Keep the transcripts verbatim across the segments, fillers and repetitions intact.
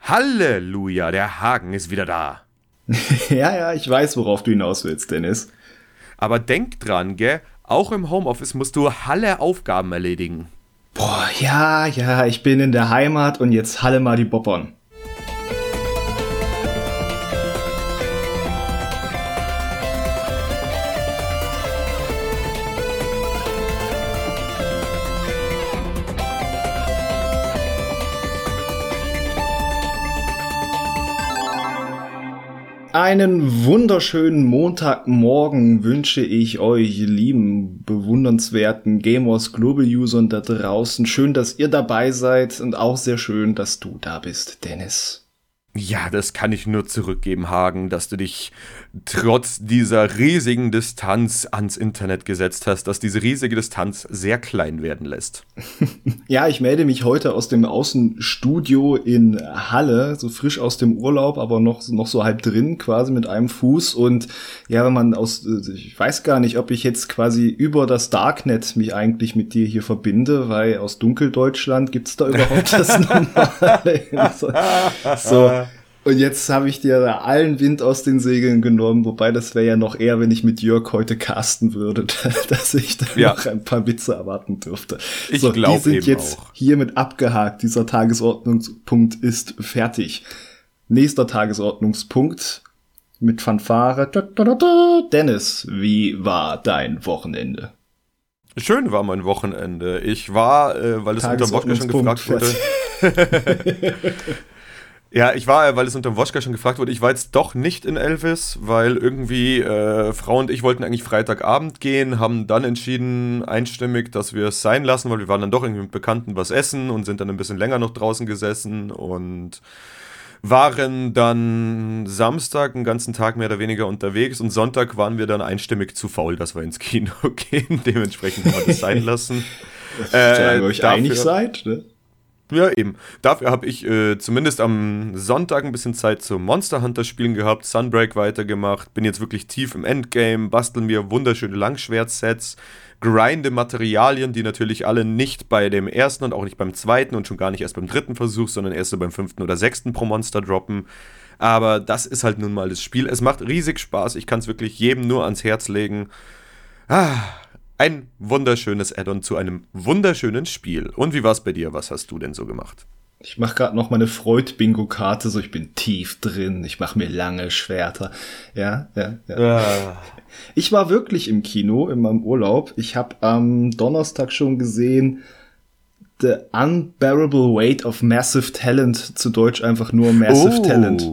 Halleluja, der Hagen ist wieder da. Ja, ja, ich weiß, worauf du hinaus willst, Dennis. Aber denk dran, gell, auch im Homeoffice musst du Halle Aufgaben erledigen. Boah, ja, ja, ich bin in der Heimat und jetzt halle mal die Boppern. Einen wunderschönen Montagmorgen wünsche ich euch, lieben, bewundernswerten Gamers Global Usern da draußen. Schön, dass ihr dabei seid und auch sehr schön, dass du da bist, Dennis. Ja, das kann ich nur zurückgeben, Hagen, dass du dich trotz dieser riesigen Distanz ans Internet gesetzt hast, dass diese riesige Distanz sehr klein werden lässt. Ja, ich melde mich heute aus dem Außenstudio in Halle, so frisch aus dem Urlaub, aber noch, noch so halb drin, quasi mit einem Fuß. Und ja, wenn man aus, ich weiß gar nicht, ob ich jetzt quasi über das Darknet mich eigentlich mit dir hier verbinde, weil aus Dunkeldeutschland gibt's da überhaupt das Normale. so. so. Und jetzt habe ich dir da allen Wind aus den Segeln genommen, wobei das wäre ja noch eher, wenn ich mit Jörg heute casten würde, dass ich da ja. noch ein paar Witze erwarten dürfte. Ich so, glaube die sind eben jetzt auch. hiermit abgehakt. Dieser Tagesordnungspunkt ist fertig. Nächster Tagesordnungspunkt mit Fanfare. Da, da, da, da. Dennis, wie war dein Wochenende? Schön war mein Wochenende. Ich war, äh, weil es unter Wodka schon gefragt wurde... Ja, ich war, weil es unter dem Woschka schon gefragt wurde, ich war jetzt doch nicht in Elvis, weil irgendwie äh, Frau und ich wollten eigentlich Freitagabend gehen, haben dann entschieden einstimmig, dass wir es sein lassen, weil wir waren dann doch irgendwie mit Bekannten was essen und sind dann ein bisschen länger noch draußen gesessen und waren dann Samstag einen ganzen Tag mehr oder weniger unterwegs und Sonntag waren wir dann einstimmig zu faul, dass wir ins Kino gehen. Dementsprechend haben wir das sein lassen. Solange ihr euch dafür, einig seid, ne? Ja, eben. Dafür habe ich äh, zumindest am Sonntag ein bisschen Zeit zum Monster Hunter spielen gehabt, Sunbreak weitergemacht, bin jetzt wirklich tief im Endgame, bastel mir wunderschöne Langschwertsets, grinde Materialien, die natürlich alle nicht bei dem ersten und auch nicht beim zweiten und schon gar nicht erst beim dritten Versuch, sondern erst so beim fünften oder sechsten pro Monster droppen. Aber das ist halt nun mal das Spiel. Es macht riesig Spaß, ich kann es wirklich jedem nur ans Herz legen. Ah... Ein wunderschönes Add-on zu einem wunderschönen Spiel. Und wie war's bei dir? Was hast du denn so gemacht? Ich mache gerade noch meine Freud-Bingo-Karte, so ich bin tief drin, ich mache mir lange Schwerter. Ja, ja, ja. Ah. Ich war wirklich im Kino in meinem Urlaub. Ich habe am Donnerstag schon gesehen The Unbearable Weight of Massive Talent, zu Deutsch einfach nur Massive oh. Talent.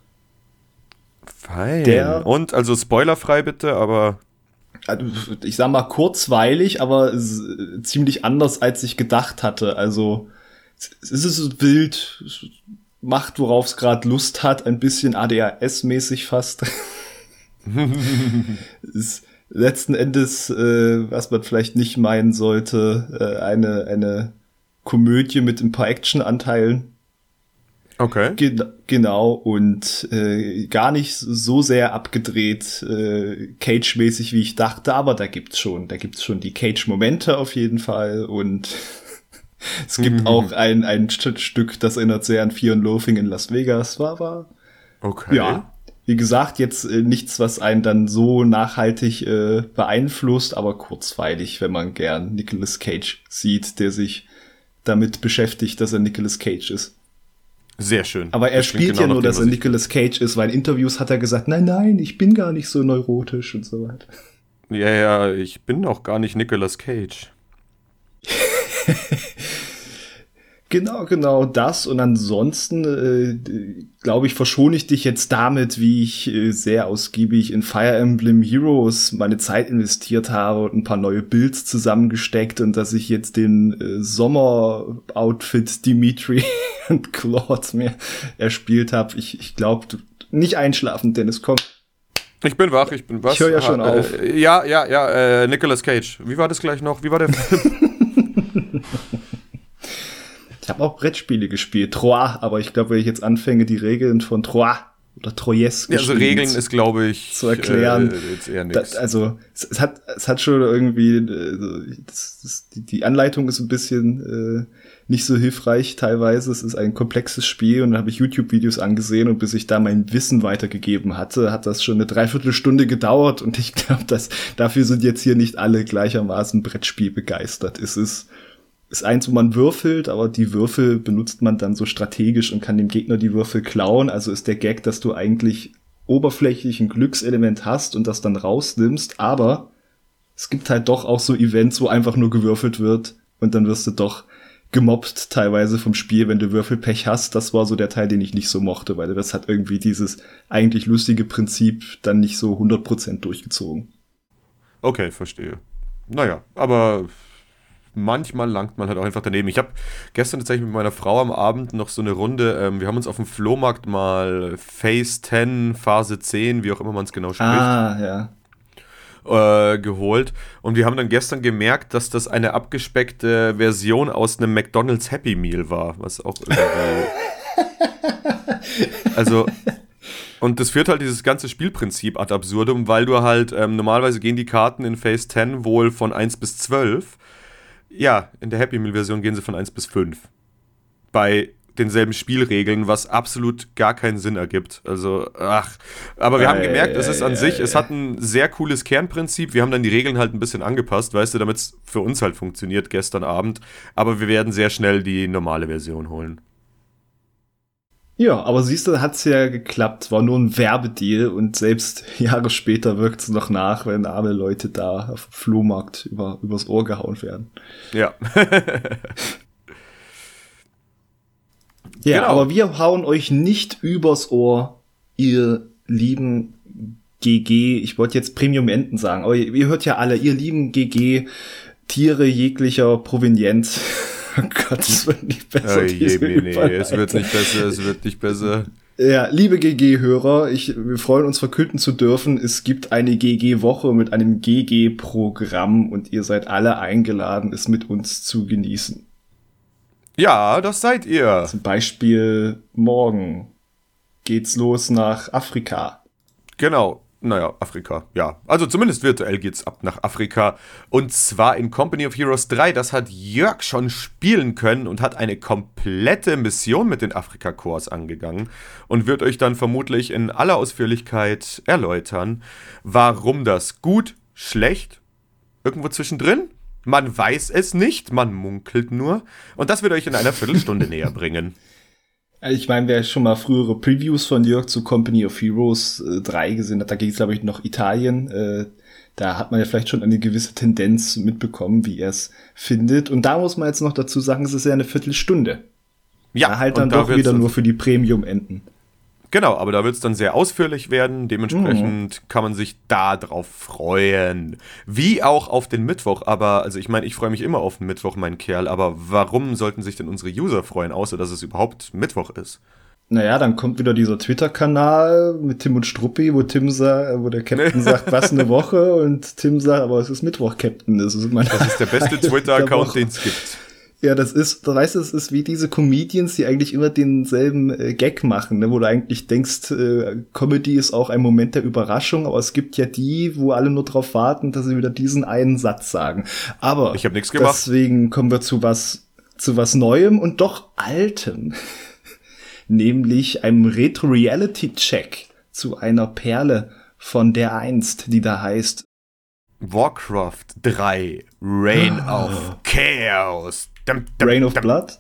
Fein. Der, Und, also spoilerfrei bitte, aber... Ich sag mal kurzweilig, aber ziemlich anders, als ich gedacht hatte. Also es ist wild, es macht, worauf es gerade Lust hat, ein bisschen A D H S-mäßig fast. Ist letzten Endes, äh, was man vielleicht nicht meinen sollte, äh, eine eine Komödie mit ein paar Action-Anteilen. Okay. Gen- genau, und äh, gar nicht so sehr abgedreht, äh, Cage-mäßig, wie ich dachte, aber da gibt's schon, da gibt's schon die Cage-Momente auf jeden Fall und es gibt mhm. auch ein, ein St- Stück, das erinnert sehr an Fear and Loathing in Las Vegas, war, war. Okay. Ja, wie gesagt, jetzt äh, nichts, was einen dann so nachhaltig äh, beeinflusst, aber kurzweilig, wenn man gern Nicolas Cage sieht, der sich damit beschäftigt, dass er Nicolas Cage ist. Sehr schön. Aber er das spielt genau ja nur, dem, dass er Nicolas Cage ist, weil in Interviews hat er gesagt, nein, nein, ich bin gar nicht so neurotisch und so weiter. Ja, ja, ich bin auch gar nicht Nicolas Cage. Genau, genau das. Und ansonsten, äh, glaube ich, verschone ich dich jetzt damit, wie ich äh, sehr ausgiebig in Fire Emblem Heroes meine Zeit investiert habe und ein paar neue Builds zusammengesteckt und dass ich jetzt den äh, Sommer-Outfit Dimitri und Claude mir erspielt habe. Ich, ich glaube, nicht einschlafen, Dennis, komm. Ich bin wach, ich bin was. Ich höre ja schon ah, auf. Äh, ja, ja, ja, äh, Nicolas Cage. Wie war das gleich noch? Wie war der Film? Ich habe auch Brettspiele gespielt, Trois, aber ich glaube, wenn ich jetzt anfange, die Regeln von Trois oder Troyes ja, also Regeln ist, glaube ich, zu erklären. Äh, jetzt eher nichts. Da, also es, es hat es hat schon irgendwie äh, das, das, die, die Anleitung ist ein bisschen äh, nicht so hilfreich teilweise. Es ist ein komplexes Spiel und dann habe ich YouTube-Videos angesehen und bis ich da mein Wissen weitergegeben hatte, hat das schon eine Dreiviertelstunde gedauert und ich glaube, dass dafür sind jetzt hier nicht alle gleichermaßen Brettspiel begeistert. Es ist ist eins, wo man würfelt, aber die Würfel benutzt man dann so strategisch und kann dem Gegner die Würfel klauen. Also ist der Gag, dass du eigentlich oberflächlich ein Glückselement hast und das dann rausnimmst, aber es gibt halt doch auch so Events, wo einfach nur gewürfelt wird und dann wirst du doch gemobbt teilweise vom Spiel, wenn du Würfelpech hast. Das war so der Teil, den ich nicht so mochte, weil das hat irgendwie dieses eigentlich lustige Prinzip dann nicht so hundert Prozent durchgezogen. Okay, verstehe. Naja, aber manchmal langt man halt auch einfach daneben. Ich habe gestern tatsächlich mit meiner Frau am Abend noch so eine Runde, ähm, wir haben uns auf dem Flohmarkt mal Phase zehn, Phase zehn, wie auch immer man es genau spricht, ah, ja. äh, geholt. Und wir haben dann gestern gemerkt, dass das eine abgespeckte Version aus einem McDonald's Happy Meal war, was auch irgendwie... also... Und das führt halt dieses ganze Spielprinzip ad absurdum, weil du halt, ähm, normalerweise gehen die Karten in Phase zehn wohl von eins bis zwölf. Ja, in der Happy Meal Version gehen sie von eins bis fünf. Bei denselben Spielregeln, was absolut gar keinen Sinn ergibt. Also, ach. Aber wir äh, haben gemerkt, äh, es ist an äh, sich, äh, es hat ein sehr cooles Kernprinzip. Wir haben dann die Regeln halt ein bisschen angepasst, weißt du, damit es für uns halt funktioniert gestern Abend. Aber wir werden sehr schnell die normale Version holen. Ja, aber siehst du, hat's ja geklappt. War nur ein Werbedeal und selbst Jahre später wirkt's noch nach, wenn arme Leute da auf dem Flohmarkt über, übers Ohr gehauen werden. Ja. ja, genau. Aber wir hauen euch nicht übers Ohr, ihr lieben G G. Ich wollte jetzt Premium-Enten sagen, aber ihr, ihr hört ja alle, ihr lieben G G, Tiere jeglicher Provenienz. Oh Gott, es wird nicht besser. Oh je, nee, nee, es wird nicht besser, es wird nicht besser. Ja, liebe G G-Hörer, ich, wir freuen uns verkünden zu dürfen, es gibt eine G G-Woche mit einem G G-Programm und ihr seid alle eingeladen, es mit uns zu genießen. Ja, das seid ihr. Zum Beispiel morgen geht's los nach Afrika. Genau. Naja, Afrika, ja. Also zumindest virtuell geht's ab nach Afrika. Und zwar in Company of Heroes drei. Das hat Jörg schon spielen können und hat eine komplette Mission mit den Afrika-Cores angegangen und wird euch dann vermutlich in aller Ausführlichkeit erläutern, warum das gut, schlecht, irgendwo zwischendrin. Man weiß es nicht, man munkelt nur. Und das wird euch in einer Viertelstunde näher bringen. Ich meine, wer schon mal frühere Previews von Jörg zu Company of Heroes äh, drei gesehen hat, da ging es, glaube ich, noch Italien. Äh, da hat man ja vielleicht schon eine gewisse Tendenz mitbekommen, wie er es findet. Und da muss man jetzt noch dazu sagen, es ist ja eine Viertelstunde. Ja. Da halt dann da doch wieder nur für die Premium-Enden. Genau, aber da wird es dann sehr ausführlich werden. Dementsprechend mhm. kann man sich da drauf freuen. Wie auch auf den Mittwoch. Aber, also ich meine, ich freue mich immer auf den Mittwoch, mein Kerl. Aber warum sollten sich denn unsere User freuen, außer dass es überhaupt Mittwoch ist? Naja, dann kommt wieder dieser Twitter-Kanal mit Tim und Struppi, wo Tim sagt, wo der Captain sagt, was eine Woche, und Tim sagt, aber es ist Mittwoch, Captain. Das ist, das ist der beste Twitter-Account, den es gibt. Ja, das ist, du weißt, es ist wie diese Comedians, die eigentlich immer denselben äh, Gag machen, ne, wo du eigentlich denkst, äh, Comedy ist auch ein Moment der Überraschung, aber es gibt ja die, wo alle nur drauf warten, dass sie wieder diesen einen Satz sagen. Aber ich hab nichts gemacht. Deswegen kommen wir zu was, zu was Neuem und doch Altem. Nämlich einem Retro-Reality-Check zu einer Perle von der einst, die da heißt Warcraft drei, Reign oh. of Chaos. Dum, dum, Reign of dum, Blood?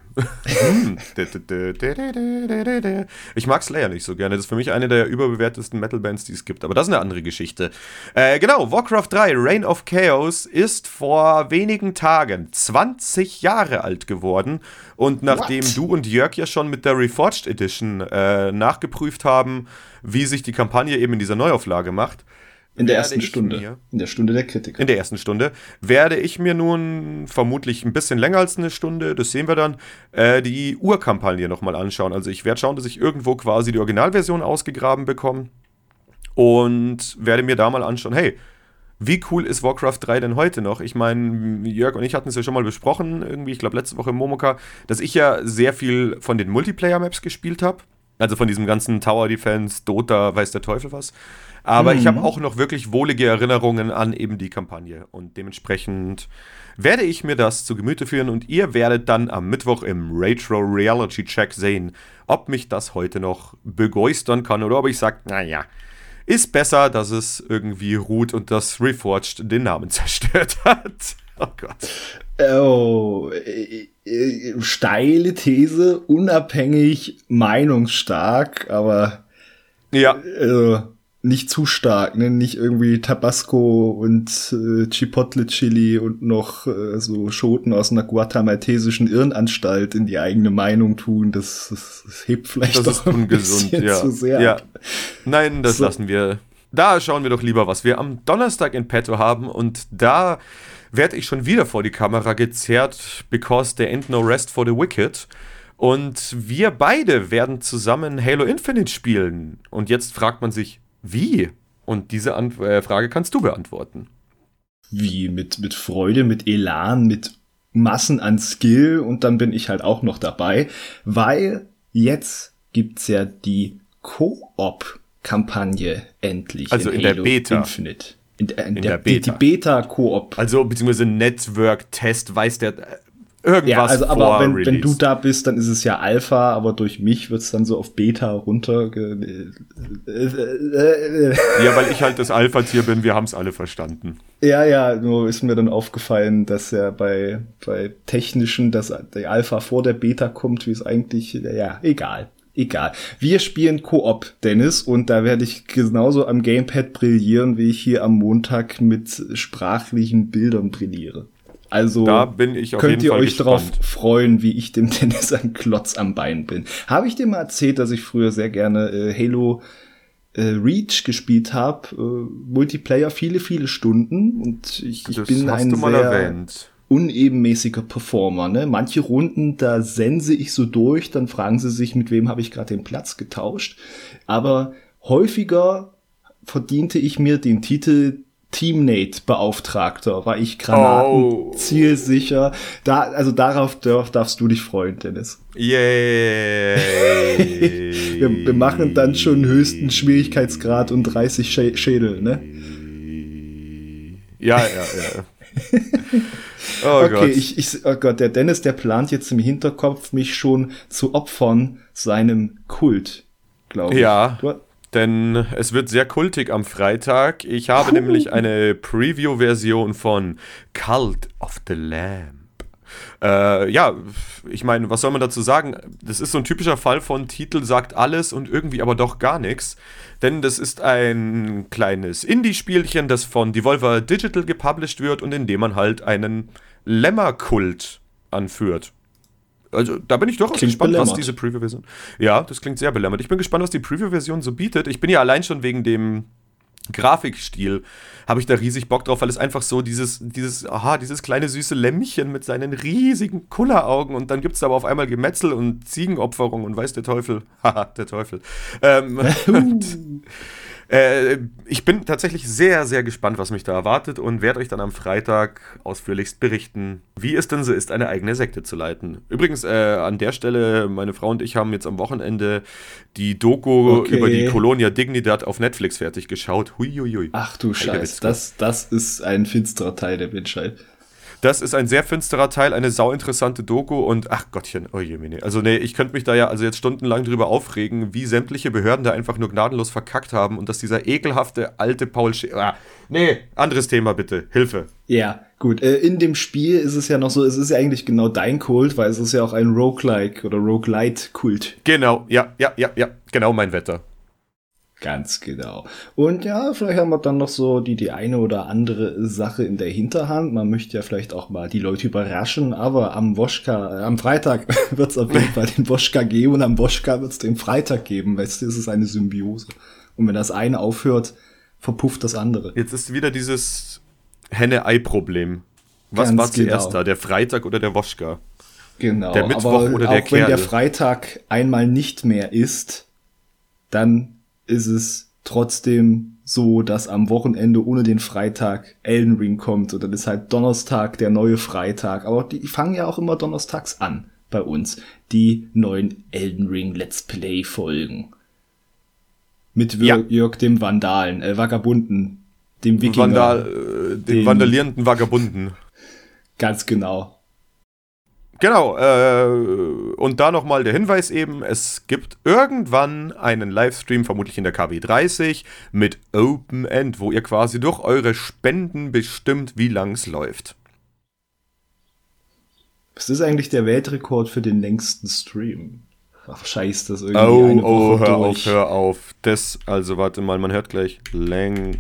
Ich mag Slayer nicht so gerne. Das ist für mich eine der überbewertesten Metal-Bands, die es gibt. Aber das ist eine andere Geschichte. Äh, genau, Warcraft drei, Reign of Chaos ist vor wenigen Tagen zwanzig Jahre alt geworden. Und nachdem What? du und Jörg ja schon mit der Reforged Edition äh, nachgeprüft haben, wie sich die Kampagne eben in dieser Neuauflage macht, In der ersten Stunde. Mir, in der Stunde der Kritik. In der ersten Stunde werde ich mir nun vermutlich ein bisschen länger als eine Stunde, das sehen wir dann, äh, die Urkampagne nochmal anschauen. Also ich werde schauen, dass ich irgendwo quasi die Originalversion ausgegraben bekomme und werde mir da mal anschauen, hey, wie cool ist Warcraft drei denn heute noch? Ich meine, Jörg und ich hatten es ja schon mal besprochen, irgendwie, ich glaube letzte Woche im Momoka, dass ich ja sehr viel von den Multiplayer-Maps gespielt habe. Also von diesem ganzen Tower Defense, Dota, weiß der Teufel was. Aber mhm. ich habe auch noch wirklich wohlige Erinnerungen an eben die Kampagne. Und dementsprechend werde ich mir das zu Gemüte führen. Und ihr werdet dann am Mittwoch im Retro Reality Check sehen, ob mich das heute noch begeistern kann oder ob ich sage, naja, ist besser, dass es irgendwie ruht und das Reforged den Namen zerstört hat. Oh Gott. Oh, äh, äh, steile These, unabhängig, meinungsstark, aber ja. Äh, nicht zu stark, ne? Nicht irgendwie Tabasco und äh, Chipotle-Chili und noch äh, so Schoten aus einer guatemaltesischen Irrenanstalt in die eigene Meinung tun. Das, das, das hebt vielleicht das doch ist ungesund, ein bisschen ja. zu sehr ja. ab. Nein, das so. lassen wir. Da schauen wir doch lieber, was wir am Donnerstag in petto haben. Und da werde ich schon wieder vor die Kamera gezerrt, because there ain't no rest for the wicked. Und wir beide werden zusammen Halo Infinite spielen. Und jetzt fragt man sich, wie? Und diese Ant- äh, Frage kannst du beantworten. Wie? Mit, mit Freude, mit Elan, mit Massen an Skill und dann bin ich halt auch noch dabei, weil jetzt gibt's ja die Koop-Kampagne endlich also in, in Halo der Beta. Infinite. In, in, in der, der Beta. Die, die Beta-Koop. Also beziehungsweise Network-Test, weiß der irgendwas ja, also aber vor wenn, Release. wenn du da bist, dann ist es ja Alpha, aber durch mich wird's dann so auf Beta runter. Ge- ja, weil ich halt das Alpha-Tier bin, wir haben's alle verstanden. Ja, ja, nur ist mir dann aufgefallen, dass ja bei, bei technischen, dass der Alpha vor der Beta kommt, wie es eigentlich, ja, egal. Egal. Wir spielen Koop, Dennis, und da werde ich genauso am Gamepad brillieren, wie ich hier am Montag mit sprachlichen Bildern brilliere. Also da bin ich auf könnt jeden ihr Fall euch gespannt. drauf freuen, wie ich dem Dennis ein Klotz am Bein bin. Habe ich dir mal erzählt, dass ich früher sehr gerne äh, Halo äh, Reach gespielt habe, äh, Multiplayer viele, viele Stunden, und ich, ich das bin hast ein du mal sehr erwähnt. unebenmäßiger Performer. Ne? Manche Runden, da sense ich so durch, dann fragen sie sich, mit wem habe ich gerade den Platz getauscht. Aber häufiger verdiente ich mir den Titel Teammate-Beauftragter, war ich Granaten oh. zielsicher. Da, also darauf darf, darfst du dich freuen, Dennis. Yay! wir, wir machen dann schon höchsten Schwierigkeitsgrad und dreißig Schä- Schädel, ne? Ja, ja, ja. Oh okay, Gott. Ich, ich, oh Gott, der Dennis, der plant jetzt im Hinterkopf, mich schon zu opfern seinem Kult, glaube ich. Ja, du, denn es wird sehr kultig am Freitag. Ich habe nämlich eine Preview-Version von Cult of the Lamb. Äh, ja, ich meine, was soll man dazu sagen? Das ist so ein typischer Fall von Titel sagt alles und irgendwie aber doch gar nichts. Denn das ist ein kleines Indie-Spielchen, das von Devolver Digital gepublished wird und in dem man halt einen Lämmerkult anführt. Also da bin ich durchaus klingt gespannt, belämmert. was diese Preview-Version... Ja, das klingt sehr belämmert. Ich bin gespannt, was die Preview-Version so bietet. Ich bin ja allein schon wegen dem Grafikstil, habe ich da riesig Bock drauf, weil es einfach so dieses, dieses, aha, dieses kleine süße Lämmchen mit seinen riesigen Kulleraugen und dann gibt es aber auf einmal Gemetzel und Ziegenopferung und weiß der Teufel. Haha, der Teufel. Ähm, und, äh, ich bin tatsächlich sehr, sehr gespannt, was mich da erwartet und werde euch dann am Freitag ausführlichst berichten, wie es denn so ist, eine eigene Sekte zu leiten. Übrigens, äh, an der Stelle, meine Frau und ich haben jetzt am Wochenende die Doku okay. über die Colonia Dignidad auf Netflix fertig geschaut. Huiuiui. Ach du Scheiß, das, das ist ein finsterer Teil der Menschheit. Das ist ein sehr finsterer Teil, eine sauinteressante Doku und ach Gottchen, oh je, meine. Also nee, ich könnte mich da ja also jetzt stundenlang drüber aufregen, wie sämtliche Behörden da einfach nur gnadenlos verkackt haben und dass dieser ekelhafte alte Paul Sch- ah, nee, anderes Thema bitte, Hilfe. Ja, gut, äh, in dem Spiel ist es ja noch so, es ist ja eigentlich genau dein Kult, weil es ist ja auch ein Roguelike oder Roguelite-Kult. Genau, ja, ja, ja, ja, genau mein Wetter. Ganz genau. Und ja, vielleicht haben wir dann noch so die, die eine oder andere Sache in der Hinterhand. Man möchte ja vielleicht auch mal die Leute überraschen, aber am Woschka, äh, am Freitag wird es auf jeden Fall den Woschka geben und am Woschka wird es den Freitag geben. Weißt du, es ist eine Symbiose. Und wenn das eine aufhört, verpufft das andere. Jetzt ist wieder dieses Henne-Ei-Problem. Was Ganz war zuerst genau. da, der Freitag oder der Woschka? Genau, der Mittwoch aber oder auch der wenn Kerl. der Freitag einmal nicht mehr ist, dann ist es trotzdem so, dass am Wochenende ohne den Freitag Elden Ring kommt und dann ist halt Donnerstag der neue Freitag. Aber die fangen ja auch immer donnerstags an. bei uns die neuen Elden Ring Let's Play Folgen. Mit ja. Jörg dem Vandalen, äh, Vagabunden, dem Wikinger. Vandal, äh, dem, dem vandalierenden Vagabunden. Ganz genau. Genau, äh, und da nochmal der Hinweis eben, es gibt irgendwann einen Livestream, vermutlich in der K W dreißig, mit Open End, wo ihr quasi durch eure Spenden bestimmt, wie lang es läuft. Was ist eigentlich der Weltrekord für den längsten Stream? Ach, scheiß das irgendwie oh, eine Woche Oh, hör durch. auf, hör auf. Das, also warte mal, man hört gleich längster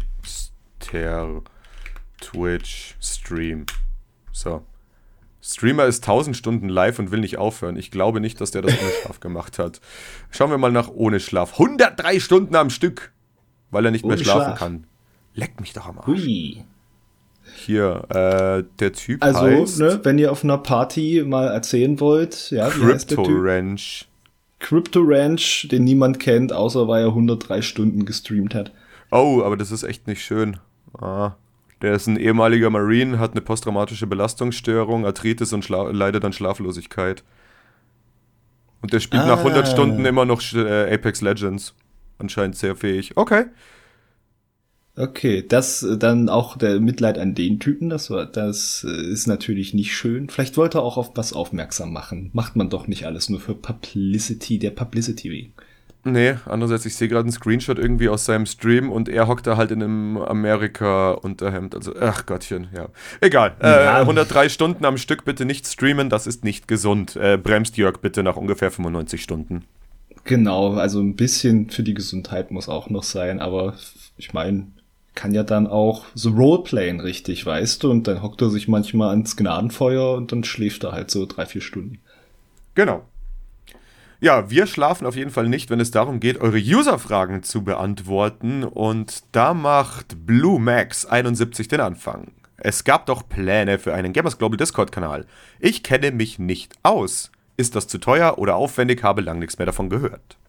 Twitch-Stream. So. Streamer ist tausend Stunden live und will nicht aufhören. Ich glaube nicht, dass der das ohne Schlaf gemacht hat. Schauen wir mal nach ohne Schlaf. hundertdrei Stunden am Stück, weil er nicht ohne mehr schlafen Schlaf. kann. Leck mich doch am Arsch. Hui. Hier, äh, der Typ also, heißt... Also, ne, wenn ihr auf einer Party mal erzählen wollt, ja, wie heißt der Typ? Crypto Ranch. Crypto Ranch, den niemand kennt, außer weil er hundertdrei Stunden gestreamt hat. Oh, aber das ist echt nicht schön. Ah... Der ist ein ehemaliger Marine, hat eine posttraumatische Belastungsstörung, Arthritis und schla- leidet an Schlaflosigkeit. Und der spielt ah. nach hundert Stunden immer noch äh, Apex Legends. Anscheinend sehr fähig. Okay. Okay, das dann auch der Mitleid an den Typen, das, war, das ist natürlich nicht schön. Vielleicht wollte er auch auf was aufmerksam machen. Macht man doch nicht alles nur für Publicity, der Publicity wegen. Nee, andererseits, ich sehe gerade einen Screenshot irgendwie aus seinem Stream und er hockt da halt in einem Amerika-Unterhemd. Also, ach Gottchen, ja. Egal. Ja. Äh, hundertdrei Stunden am Stück bitte nicht streamen, das ist nicht gesund. Äh, bremst Jörg bitte nach ungefähr fünfundneunzig Stunden. Genau, also ein bisschen für die Gesundheit muss auch noch sein, aber ich meine, kann ja dann auch so Roleplayen richtig, weißt du, und dann hockt er sich manchmal ans Gnadenfeuer und dann schläft er halt so drei, vier Stunden. Genau. Ja, wir schlafen auf jeden Fall nicht, wenn es darum geht, eure User-Fragen zu beantworten. Und da macht BlueMax einundsiebzig den Anfang. Es gab doch Pläne für einen Gamers Global Discord-Kanal. Ich kenne mich nicht aus. Ist das zu teuer oder aufwendig? Habe lang nichts mehr davon gehört.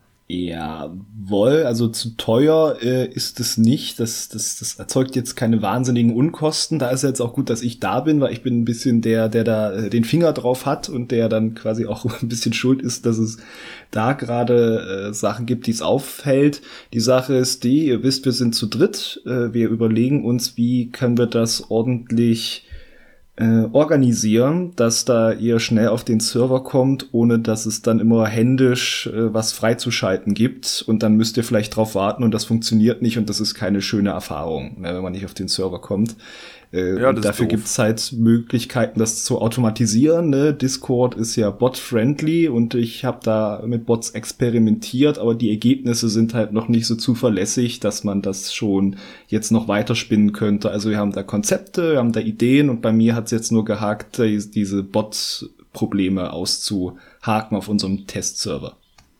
Jawohl, also zu teuer äh, ist es nicht. Das, das, das erzeugt jetzt keine wahnsinnigen Unkosten. Da ist jetzt auch gut, dass ich da bin, weil ich bin ein bisschen der, der da äh, den Finger drauf hat und der dann quasi auch ein bisschen schuld ist, dass es da gerade äh, Sachen gibt, die es auffällt. Die Sache ist die, ihr wisst, wir sind zu dritt. Äh, wir überlegen uns, wie können wir das ordentlich Äh, organisieren, dass da ihr schnell auf den Server kommt, ohne dass es dann immer händisch äh, was freizuschalten gibt und dann müsst ihr vielleicht drauf warten und das funktioniert nicht und das ist keine schöne Erfahrung, ne, wenn man nicht auf den Server kommt. Äh, ja, dafür gibt es halt Möglichkeiten, das zu automatisieren. Ne? Discord ist ja bot-friendly und ich habe da mit Bots experimentiert, aber die Ergebnisse sind halt noch nicht so zuverlässig, dass man das schon jetzt noch weiterspinnen könnte. Also wir haben da Konzepte, wir haben da Ideen und bei mir hat es jetzt nur gehakt, diese Bot-Probleme auszuhaken auf unserem Testserver.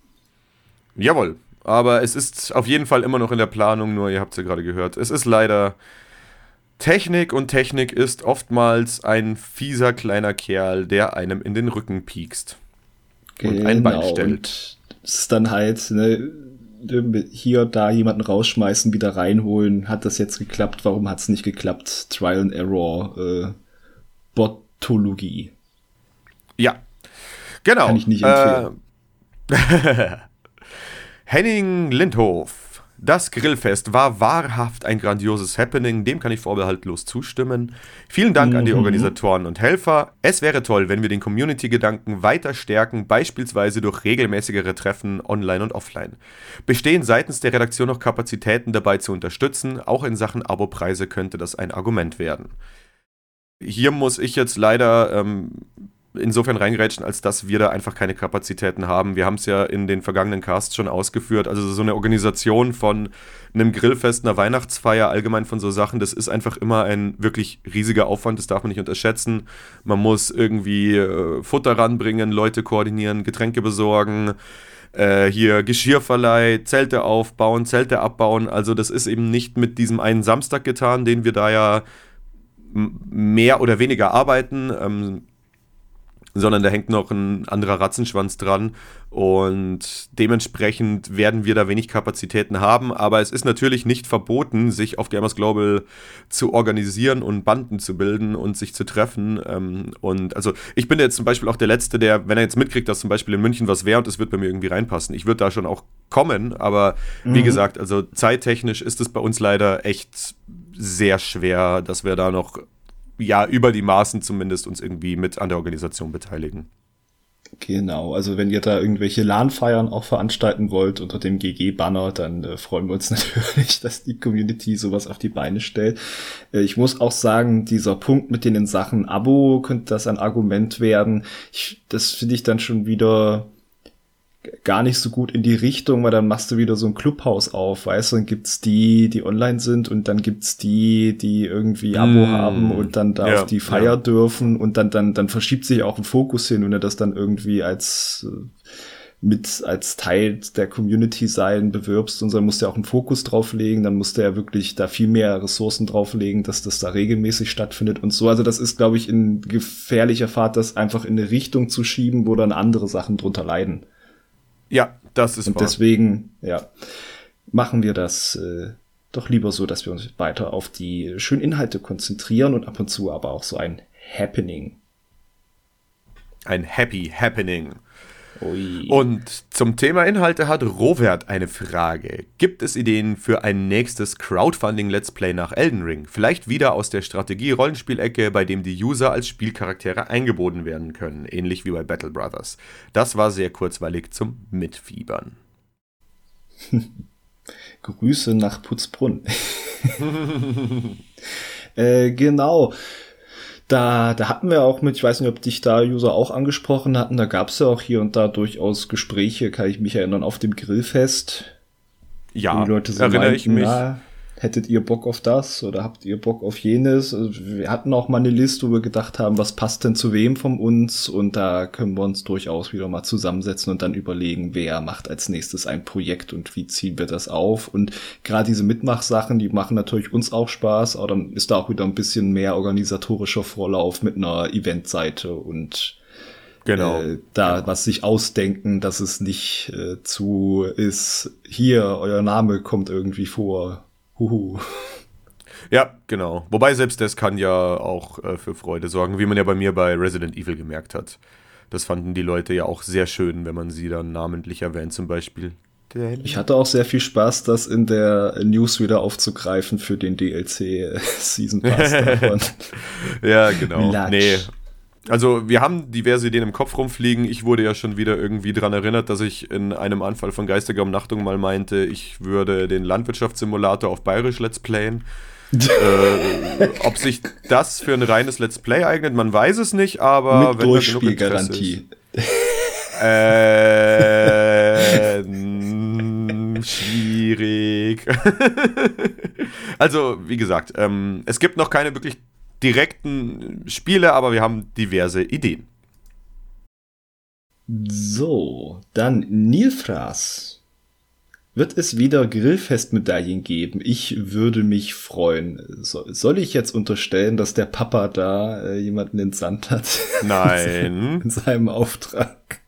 Jawohl, aber es ist auf jeden Fall immer noch in der Planung, nur ihr habt es ja gerade gehört. Es ist leider... Technik und Technik ist oftmals ein fieser kleiner Kerl, der einem in den Rücken piekst und genau, ein Bein stellt. Und es ist dann halt, ne, hier, da jemanden rausschmeißen, wieder reinholen. Hat das jetzt geklappt? Warum hat es nicht geklappt? Trial and Error, äh, Botologie. Ja, genau. Kann ich nicht empfehlen. Äh, Henning Lindhof. Das Grillfest war wahrhaft ein grandioses Happening, dem kann ich vorbehaltlos zustimmen. Vielen Dank mhm. an die Organisatoren und Helfer. Es wäre toll, wenn wir den Community-Gedanken weiter stärken, beispielsweise durch regelmäßigere Treffen online und offline. Bestehen seitens der Redaktion noch Kapazitäten dabei zu unterstützen? Auch in Sachen Abopreise könnte das ein Argument werden. Hier muss ich jetzt leider... Ähm, insofern reingrätschen, als dass wir da einfach keine Kapazitäten haben. Wir haben es ja in den vergangenen Casts schon ausgeführt. Also so eine Organisation von einem Grillfest, einer Weihnachtsfeier, allgemein von so Sachen, das ist einfach immer ein wirklich riesiger Aufwand, das darf man nicht unterschätzen. Man muss irgendwie äh, Futter ranbringen, Leute koordinieren, Getränke besorgen, äh, hier Geschirrverleih, Zelte aufbauen, Zelte abbauen. Also das ist eben nicht mit diesem einen Samstag getan, den wir da ja m- mehr oder weniger arbeiten. Ähm, sondern da hängt noch ein anderer Ratzenschwanz dran und dementsprechend werden wir da wenig Kapazitäten haben, aber es ist natürlich nicht verboten, sich auf Gamers Global zu organisieren und Banden zu bilden und sich zu treffen und also ich bin jetzt zum Beispiel auch der Letzte, der, wenn er jetzt mitkriegt, dass zum Beispiel in München was wäre und es wird bei mir irgendwie reinpassen, ich würde da schon auch kommen, aber mhm. wie gesagt, also zeittechnisch ist es bei uns leider echt sehr schwer, dass wir da noch ja, über die Maßen zumindest uns irgendwie mit an der Organisation beteiligen. Genau, also wenn ihr da irgendwelche LAN-Feiern auch veranstalten wollt unter dem G G-Banner, dann äh, freuen wir uns natürlich, dass die Community sowas auf die Beine stellt. Äh, ich muss auch sagen, dieser Punkt mit den in Sachen Abo könnte das ein Argument werden. Ich, das finde ich dann schon wieder gar nicht so gut in die Richtung, weil dann machst du wieder so ein Clubhaus auf, weißt du, dann gibt's die, die online sind und dann gibt's die, die irgendwie Abo mm. haben und dann da ja, auf die Feier ja. dürfen und dann, dann, dann verschiebt sich auch ein Fokus hin, wenn du das dann irgendwie als, mit, als Teil der Community sein bewirbst und so, dann musst du ja auch einen Fokus drauflegen, dann musst du ja wirklich da viel mehr Ressourcen drauflegen, dass das da regelmäßig stattfindet und so. Also das ist, glaube ich, in gefährlicher Fahrt, das einfach in eine Richtung zu schieben, wo dann andere Sachen drunter leiden. Ja, das ist und wahr. Deswegen, ja, machen wir das äh, doch lieber so, dass wir uns weiter auf die schönen Inhalte konzentrieren und ab und zu aber auch so ein Happening. Ein Happy Happening. Ui. Und zum Thema Inhalte hat Robert eine Frage. Gibt es Ideen für ein nächstes Crowdfunding-Let's Play nach Elden Ring? Vielleicht wieder aus der Strategie-Rollenspielecke, bei dem die User als Spielcharaktere eingebunden werden können, ähnlich wie bei Battle Brothers. Das war sehr kurzweilig zum Mitfiebern. Grüße nach Putzbrunn. äh, genau. Da, da hatten wir auch mit, ich weiß nicht, ob dich da User auch angesprochen hatten, da gab es ja auch hier und da durchaus Gespräche, kann ich mich erinnern, auf dem Grillfest. Ja, die Leute so erinnere meinten, ich mich. Na, hättet ihr Bock auf das oder habt ihr Bock auf jenes? Also wir hatten auch mal eine Liste, wo wir gedacht haben, was passt denn zu wem von uns? Und da können wir uns durchaus wieder mal zusammensetzen und dann überlegen, wer macht als nächstes ein Projekt und wie ziehen wir das auf? Und gerade diese Mitmachsachen, die machen natürlich uns auch Spaß, aber dann ist da auch wieder ein bisschen mehr organisatorischer Vorlauf mit einer Eventseite und Genau. Äh, da genau. was sich ausdenken, dass es nicht äh, zu ist, hier, euer Name kommt irgendwie vor. Huhu. Ja, genau. Wobei selbst das kann ja auch äh, für Freude sorgen, wie man ja bei mir bei Resident Evil gemerkt hat. Das fanden die Leute ja auch sehr schön, wenn man sie dann namentlich erwähnt zum Beispiel. Ich hatte auch sehr viel Spaß, das in der News wieder aufzugreifen für den D L C Season Pass davon. Ja, genau. Latsch. Nee. Also wir haben diverse Ideen im Kopf rumfliegen. Ich wurde ja schon wieder irgendwie dran erinnert, dass ich in einem Anfall von geistiger Umnachtung mal meinte, ich würde den Landwirtschaftssimulator auf Bayerisch Let's Playen. äh, ob sich das für ein reines Let's Play eignet, man weiß es nicht, aber mit wenn Durchspielgarantie. Äh, schwierig. Also, wie gesagt, ähm, es gibt noch keine wirklich direkten Spiele, aber wir haben diverse Ideen. So, dann Nilfras. Wird es wieder Grillfestmedaillen geben? Ich würde mich freuen. So, soll ich jetzt unterstellen, dass der Papa da äh, jemanden entsandt hat? Nein. In seinem Auftrag.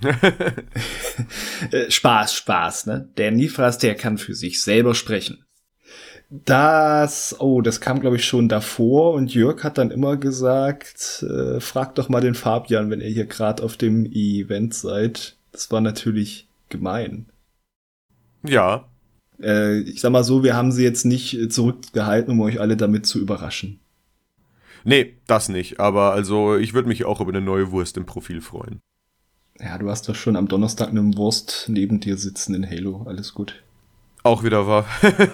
Spaß, Spaß, ne? Der Nilfras, der kann für sich selber sprechen. Das, oh, das kam, glaube ich, schon davor und Jörg hat dann immer gesagt, äh, fragt doch mal den Fabian, wenn ihr hier gerade auf dem Event seid. Das war natürlich gemein. Ja. Äh, ich sag mal so, wir haben sie jetzt nicht zurückgehalten, um euch alle damit zu überraschen. Nee, das nicht. Aber also ich würde mich auch über eine neue Wurst im Profil freuen. Ja, du hast doch schon am Donnerstag eine Wurst neben dir sitzen in Halo. Alles gut. Auch wieder wahr.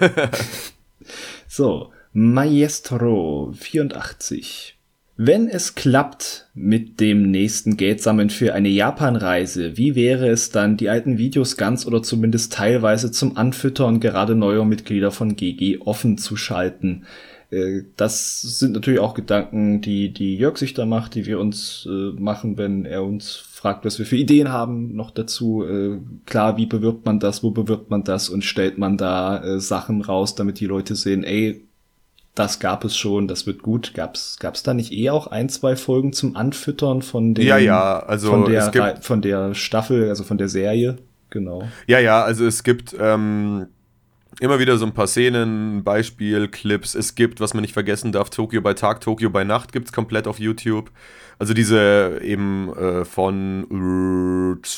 So, Maestro vierundachtzig. Wenn es klappt mit dem nächsten Geld sammeln für eine Japanreise, wie wäre es dann, die alten Videos ganz oder zumindest teilweise zum Anfüttern gerade neuer Mitglieder von G G offen zu schalten? Äh, das sind natürlich auch Gedanken, die die Jörg sich da macht, die wir uns äh, machen, wenn er uns fragt, was wir für Ideen haben. Noch dazu, äh, klar, wie bewirbt man das, wo bewirbt man das und stellt man da äh, Sachen raus, damit die Leute sehen, ey, das gab es schon, das wird gut. Gab's, gab's da nicht eh auch ein, zwei Folgen zum Anfüttern von den, ja, ja, also von der, es gibt, von der Staffel, also von der Serie? Genau. Ja, ja, also es gibt ähm, immer wieder so ein paar Szenen, Beispiel, Clips. Es gibt, was man nicht vergessen darf, Tokio bei Tag, Tokio bei Nacht gibt's komplett auf YouTube. Also diese eben äh, von äh,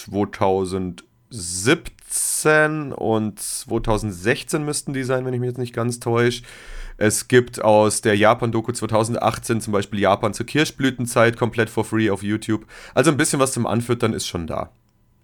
zweitausendsiebzehn und zweitausendsechzehn müssten die sein, wenn ich mich jetzt nicht ganz täusche. Es gibt aus der Japan-Doku zweitausendachtzehn zum Beispiel Japan zur Kirschblütenzeit komplett for free auf YouTube. Also ein bisschen was zum Anfüttern ist schon da.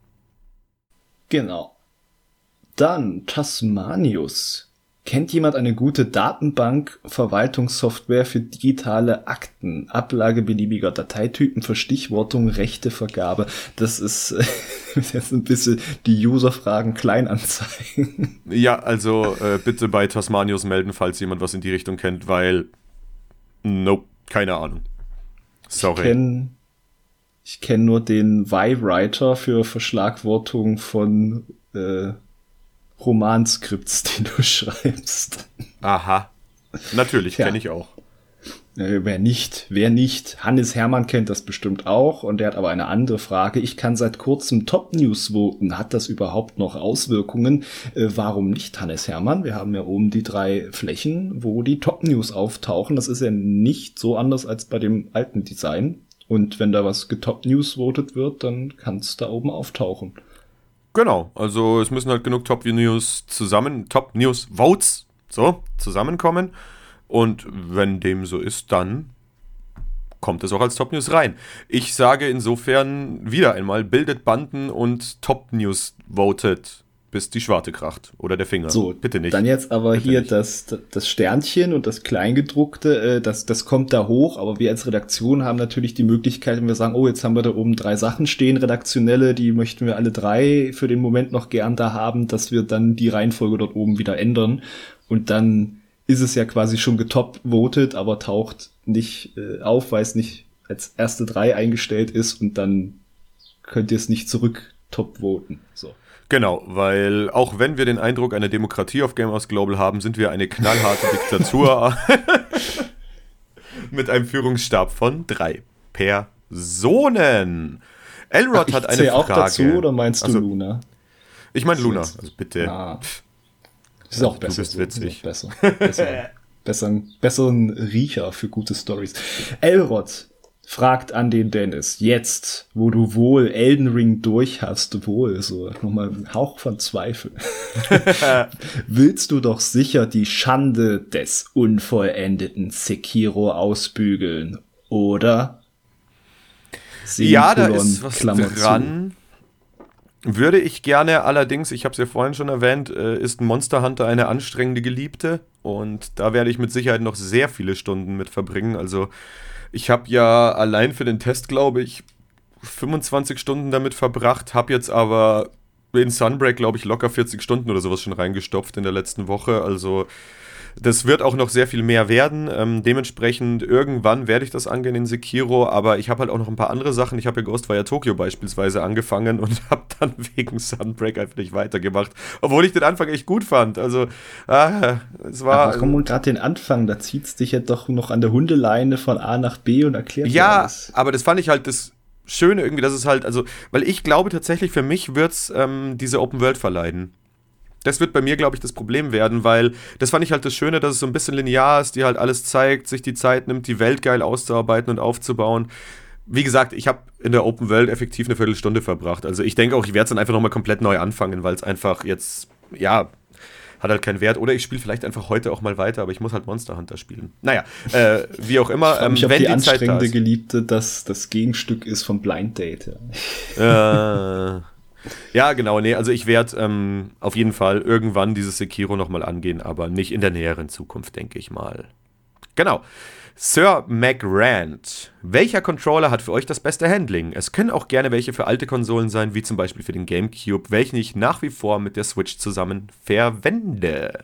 Genau. Dann Tasmanius. Kennt jemand eine gute Datenbank-Verwaltungssoftware für digitale Akten, Ablage beliebiger Dateitypen, Verstichwortung, Rechtevergabe? Das ist äh, jetzt ein bisschen die User-Fragen klein anzeigen. Ja, also äh, bitte bei Tasmanius melden, falls jemand was in die Richtung kennt, weil nope, keine Ahnung. Sorry. Ich kenne ich kenn nur den Y-Writer für Verschlagwortung von äh, Romanskripts, die du schreibst. Aha. Natürlich, ja. Kenne ich auch. Äh, wer nicht, wer nicht. Hannes Hermann kennt das bestimmt auch und der hat aber eine andere Frage. Ich kann seit kurzem Top News voten. Hat das überhaupt noch Auswirkungen? Äh, warum nicht, Hannes Hermann? Wir haben ja oben die drei Flächen, wo die Top News auftauchen. Das ist ja nicht so anders als bei dem alten Design. Und wenn da was getop News votet wird, dann kann es da oben auftauchen. Genau, also es müssen halt genug Top-News zusammen, Top-News-Votes, so, zusammenkommen. Und wenn dem so ist, dann kommt es auch als Top-News rein. Ich sage insofern wieder einmal, bildet Banden und Top-News votet, bis die Schwarte kracht. Oder der Finger. So, bitte nicht. Dann jetzt aber bitte hier nicht. das, das Sternchen und das Kleingedruckte, äh, das, das kommt da hoch, aber wir als Redaktion haben natürlich die Möglichkeit, wenn wir sagen, oh, jetzt haben wir da oben drei Sachen stehen, redaktionelle, die möchten wir alle drei für den Moment noch gern da haben, dass wir dann die Reihenfolge dort oben wieder ändern. Und dann ist es ja quasi schon getop-votet, aber taucht nicht äh, auf, weil es nicht als erste drei eingestellt ist und dann könnt ihr es nicht zurück top-voten. So. Genau, weil auch wenn wir den Eindruck einer Demokratie auf Gamers Global haben, sind wir eine knallharte Diktatur mit einem Führungsstab von drei Personen. Elrod Ach, hat eine zähl Frage. auch dazu oder meinst also, du Luna? Ich meine Luna, also bitte. Ah. Das ist auch du besser. bist witzig. Besser. Besser. Besseren, besseren Riecher für gute Storys. Elrod fragt an den Dennis, jetzt, wo du wohl Elden Ring durch hast, wohl, so nochmal ein Hauch von Zweifel, willst du doch sicher die Schande des unvollendeten Sekiro ausbügeln, oder? Ja, da ist was dran. Würde ich gerne, allerdings, ich habe es ja vorhin schon erwähnt, ist Monster Hunter eine anstrengende Geliebte und da werde ich mit Sicherheit noch sehr viele Stunden mit verbringen, also ich habe ja allein für den Test, glaube ich, fünfundzwanzig Stunden damit verbracht, habe jetzt aber in Sunbreak, glaube ich, locker vierzig Stunden oder sowas schon reingestopft in der letzten Woche. Also das wird auch noch sehr viel mehr werden. Ähm, dementsprechend irgendwann werde ich das angehen in Sekiro, aber ich habe halt auch noch ein paar andere Sachen. Ich habe ja Ghostwire Tokyo beispielsweise angefangen und habe dann wegen Sunbreak einfach nicht weitergemacht, obwohl ich den Anfang echt gut fand. Also ah, es war... Aber komm, gerade den Anfang, da zieht's dich ja doch noch an der Hundeleine von A nach B und erklärt ja, alles. Aber das fand ich halt das Schöne irgendwie, dass es halt, also, weil ich glaube tatsächlich, für mich wird's ähm, diese Open World verleiden. Das wird bei mir, glaube ich, das Problem werden, weil das fand ich halt das Schöne, dass es so ein bisschen linear ist, die halt alles zeigt, sich die Zeit nimmt, die Welt geil auszuarbeiten und aufzubauen. Wie gesagt, ich habe in der Open World effektiv eine Viertelstunde verbracht. Also ich denke auch, ich werde es dann einfach nochmal komplett neu anfangen, weil es einfach jetzt, ja, hat halt keinen Wert. Oder ich spiele vielleicht einfach heute auch mal weiter, aber ich muss halt Monster Hunter spielen. Naja, äh, wie auch immer. Ähm, ich wenn die, die anstrengende Zeit da Geliebte, das das Gegenstück ist von Blind Date. Ja. äh, ja, genau. Nee, also ich werde ähm, auf jeden Fall irgendwann dieses Sekiro nochmal angehen, aber nicht in der näheren Zukunft, denke ich mal. Genau. Sir McRand. Welcher Controller hat für euch das beste Handling? Es können auch gerne welche für alte Konsolen sein, wie zum Beispiel für den GameCube, welchen ich nach wie vor mit der Switch zusammen verwende.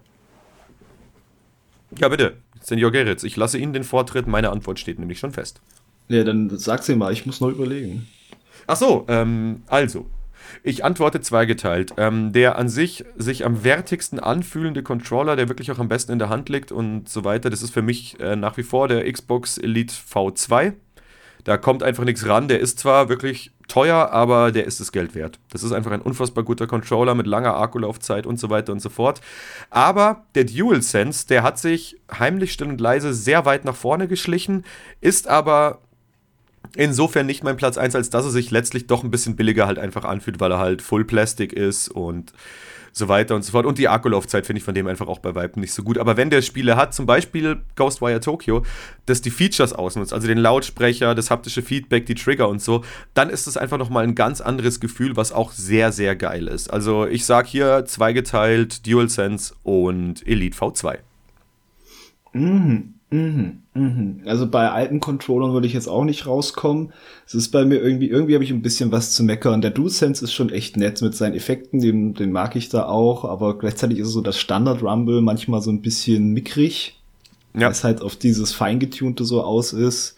Ja, bitte, Senior Gerritz, ich lasse Ihnen den Vortritt. Meine Antwort steht nämlich schon fest. Ja, dann sag sie mal, ich muss noch überlegen. Ach so, ähm, also. Ich antworte zweigeteilt. Ähm, der an sich sich am wertigsten anfühlende Controller, der wirklich auch am besten in der Hand liegt und so weiter, das ist für mich äh, nach wie vor der Xbox Elite V zwei. Da kommt einfach nichts ran. Der ist zwar wirklich teuer, aber der ist das Geld wert. Das ist einfach ein unfassbar guter Controller mit langer Akkulaufzeit und so weiter und so fort. Aber der DualSense, der hat sich heimlich, still und leise sehr weit nach vorne geschlichen, ist aber insofern nicht mein Platz eins, als dass er sich letztlich doch ein bisschen billiger halt einfach anfühlt, weil er halt Full Plastic ist und so weiter und so fort. Und die Akkulaufzeit finde ich von dem einfach auch bei Weitem nicht so gut. Aber wenn der Spiele hat, zum Beispiel Ghostwire Tokyo, das die Features ausnutzt, also den Lautsprecher, das haptische Feedback, die Trigger und so, dann ist es einfach nochmal ein ganz anderes Gefühl, was auch sehr, sehr geil ist. Also ich sag hier zweigeteilt DualSense und Elite V zwei. Mhm. Mhm, mhm. Also bei alten Controllern würde ich jetzt auch nicht rauskommen. Es ist bei mir irgendwie, irgendwie habe ich ein bisschen was zu meckern. Der DualSense ist schon echt nett mit seinen Effekten, den, den mag ich da auch, aber gleichzeitig ist es so das Standard-Rumble manchmal so ein bisschen mickrig, ja. Weil es halt auf dieses Feingetunte so aus ist.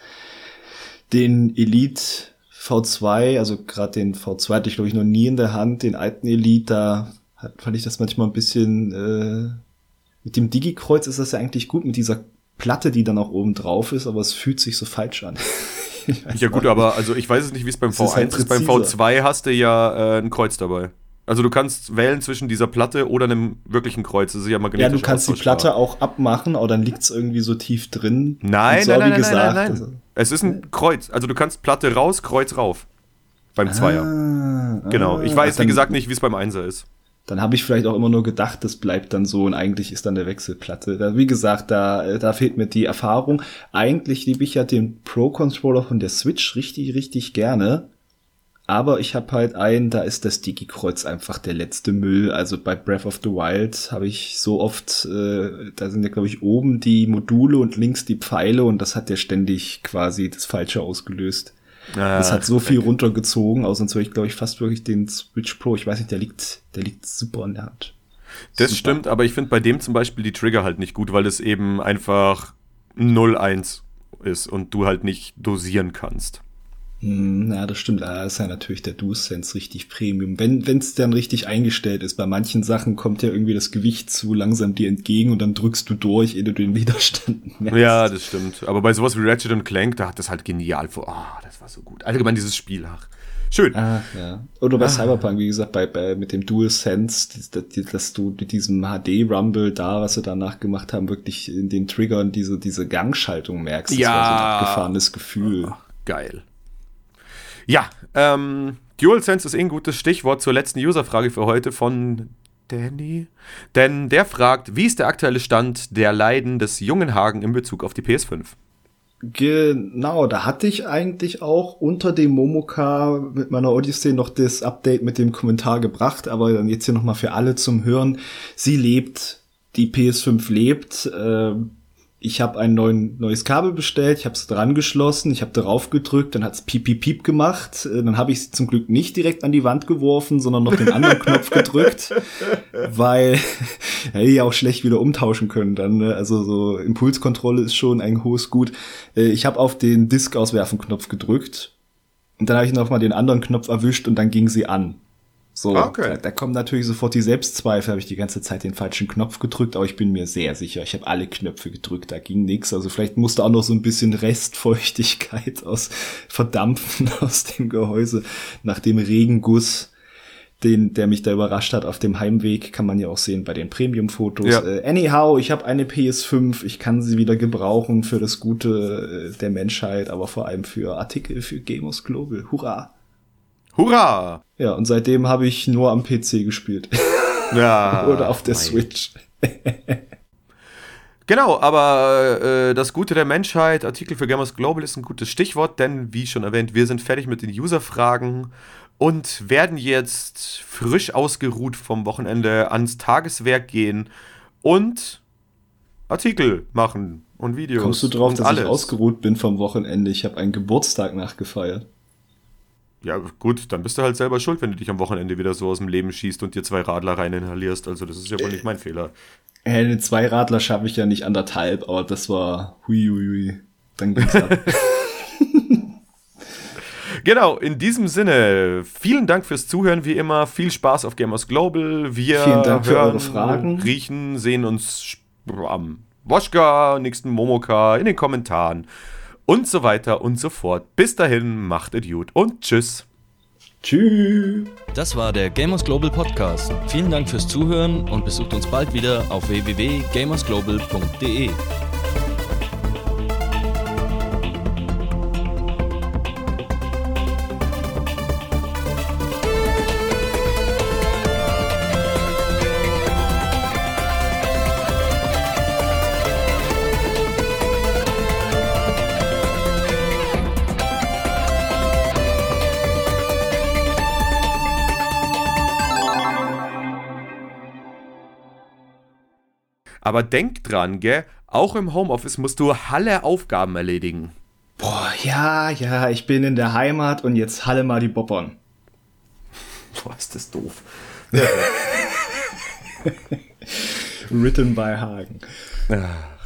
Den Elite V zwei, also gerade den V zwei hatte ich glaube ich noch nie in der Hand, den alten Elite, da hat, fand ich das manchmal ein bisschen, äh, mit dem Digi-Kreuz ist das ja eigentlich gut, mit dieser Platte, die dann auch oben drauf ist, aber es fühlt sich so falsch an. Ja gut, aber also ich weiß es nicht, wie es beim V eins ist. Beim V zwei hast du ja äh, ein Kreuz dabei. Also du kannst wählen zwischen dieser Platte oder einem wirklichen Kreuz. Das ist ja magnetisch. Ja, du kannst die Platte auch abmachen, aber dann liegt es irgendwie so tief drin. Nein, so, nein, nein, wie gesagt, nein, nein, nein. Es ist ein Kreuz. Also du kannst Platte raus, Kreuz rauf. Beim Zweier. Ah, genau. Ich weiß, ah, wie gesagt, nicht, wie es beim Einser ist. Dann habe ich vielleicht auch immer nur gedacht, das bleibt dann so und eigentlich ist dann der Wechselplatte. Da, wie gesagt, da, da fehlt mir die Erfahrung. Eigentlich liebe ich ja den Pro-Controller von der Switch richtig, richtig gerne. Aber ich habe halt einen, da ist das Digi-Kreuz einfach der letzte Müll. Also bei Breath of the Wild habe ich so oft, äh, da sind ja glaube ich oben die Module und links die Pfeile und das hat ja ständig quasi das Falsche ausgelöst. Ah, das hat so viel runtergezogen, außer sonst würde ich, glaube ich, fast wirklich den Switch Pro, ich weiß nicht, der liegt, der liegt super in der Hand. Das super. Stimmt, aber ich finde bei dem zum Beispiel die Trigger halt nicht gut, weil es eben einfach null eins ist und du halt nicht dosieren kannst. Hm, ja, das stimmt. Da ist ja natürlich der DualSense richtig Premium. Wenn es dann richtig eingestellt ist, bei manchen Sachen kommt ja irgendwie das Gewicht zu langsam dir entgegen und dann drückst du durch, ehe du den Widerstand merkst. Ja, das stimmt. Aber bei sowas wie Ratchet und Clank, da hat das halt genial vor. Ah, oh, das war so gut. Allgemein dieses Spiel, ach. Schön. Ah, ja. Oder bei ah. Cyberpunk, wie gesagt, bei, bei mit dem DualSense, dass, dass du mit diesem H D-Rumble da, was sie danach gemacht haben, wirklich in den Triggern diese, diese Gangschaltung merkst. Das ja. war so ein abgefahrenes Gefühl. Oh, geil. Ja, ähm, DualSense ist eh ein gutes Stichwort zur letzten Userfrage für heute von Danny. Denn der fragt, wie ist der aktuelle Stand der Leiden des jungen Hagen in Bezug auf die P S fünf? Genau, da hatte ich eigentlich auch unter dem Momoka mit meiner Odyssey noch das Update mit dem Kommentar gebracht, aber dann jetzt hier nochmal für alle zum Hören. Sie lebt, die P S fünf lebt, äh, ich habe ein neuen, neues Kabel bestellt, ich habe es dran geschlossen, ich habe darauf gedrückt, dann hat's piep, piep, piep gemacht. Dann habe ich sie zum Glück nicht direkt an die Wand geworfen, sondern noch den anderen Knopf gedrückt, weil hätte ich auch schlecht wieder umtauschen können dann. Ne? Also so Impulskontrolle ist schon ein hohes Gut. Ich habe auf den Disk-Auswerfen-Knopf gedrückt und dann habe ich noch mal den anderen Knopf erwischt und dann ging sie an. So, okay. da, da kommen natürlich sofort die Selbstzweifel, habe ich die ganze Zeit den falschen Knopf gedrückt, aber ich bin mir sehr sicher, ich habe alle Knöpfe gedrückt, da ging nichts. Also vielleicht musste auch noch so ein bisschen Restfeuchtigkeit aus verdampfen aus dem Gehäuse nach dem Regenguss, den der mich da überrascht hat auf dem Heimweg, kann man ja auch sehen bei den Premium-Fotos. Ja. Äh, anyhow, ich habe eine P S fünf, ich kann sie wieder gebrauchen für das Gute äh, der Menschheit, aber vor allem für Artikel für Gamers Global. Hurra! Hurra! Ja, und seitdem habe ich nur am P C gespielt. Ja. Oder auf der mein. Switch. Genau, aber äh, das Gute der Menschheit, Artikel für Gamers Global ist ein gutes Stichwort, denn wie schon erwähnt, wir sind fertig mit den User-Fragen und werden jetzt frisch ausgeruht vom Wochenende ans Tageswerk gehen und Artikel machen und Videos. Kommst du drauf, und dass alles. ich ausgeruht bin vom Wochenende? Ich habe einen Geburtstag nachgefeiert. Ja gut, dann bist du halt selber schuld, wenn du dich am Wochenende wieder so aus dem Leben schießt und dir zwei Radler rein inhalierst. Also das ist ja wohl nicht mein Fehler. Äh, eine zwei Radler schaffe ich ja nicht anderthalb, aber das war hui hui hui. Dann ging's ab. Genau, in diesem Sinne, vielen Dank fürs Zuhören, wie immer. Viel Spaß auf Gamers Global. Wir vielen Dank für hören, eure Fragen. Riechen, sehen uns am Woschka, nächsten Momoka, in den Kommentaren und so weiter und so fort. Bis dahin, macht es gut und tschüss. Tschüss. Das war der Gamers Global Podcast. Vielen Dank fürs Zuhören und besucht uns bald wieder auf w w w punkt gamersglobal punkt d e. Aber denk dran, gell? Auch im Homeoffice musst du Halle Aufgaben erledigen. Boah, ja, ja, ich bin in der Heimat und jetzt Halle mal die Boppern. Boah, ist das doof. Written by Hagen. Ja.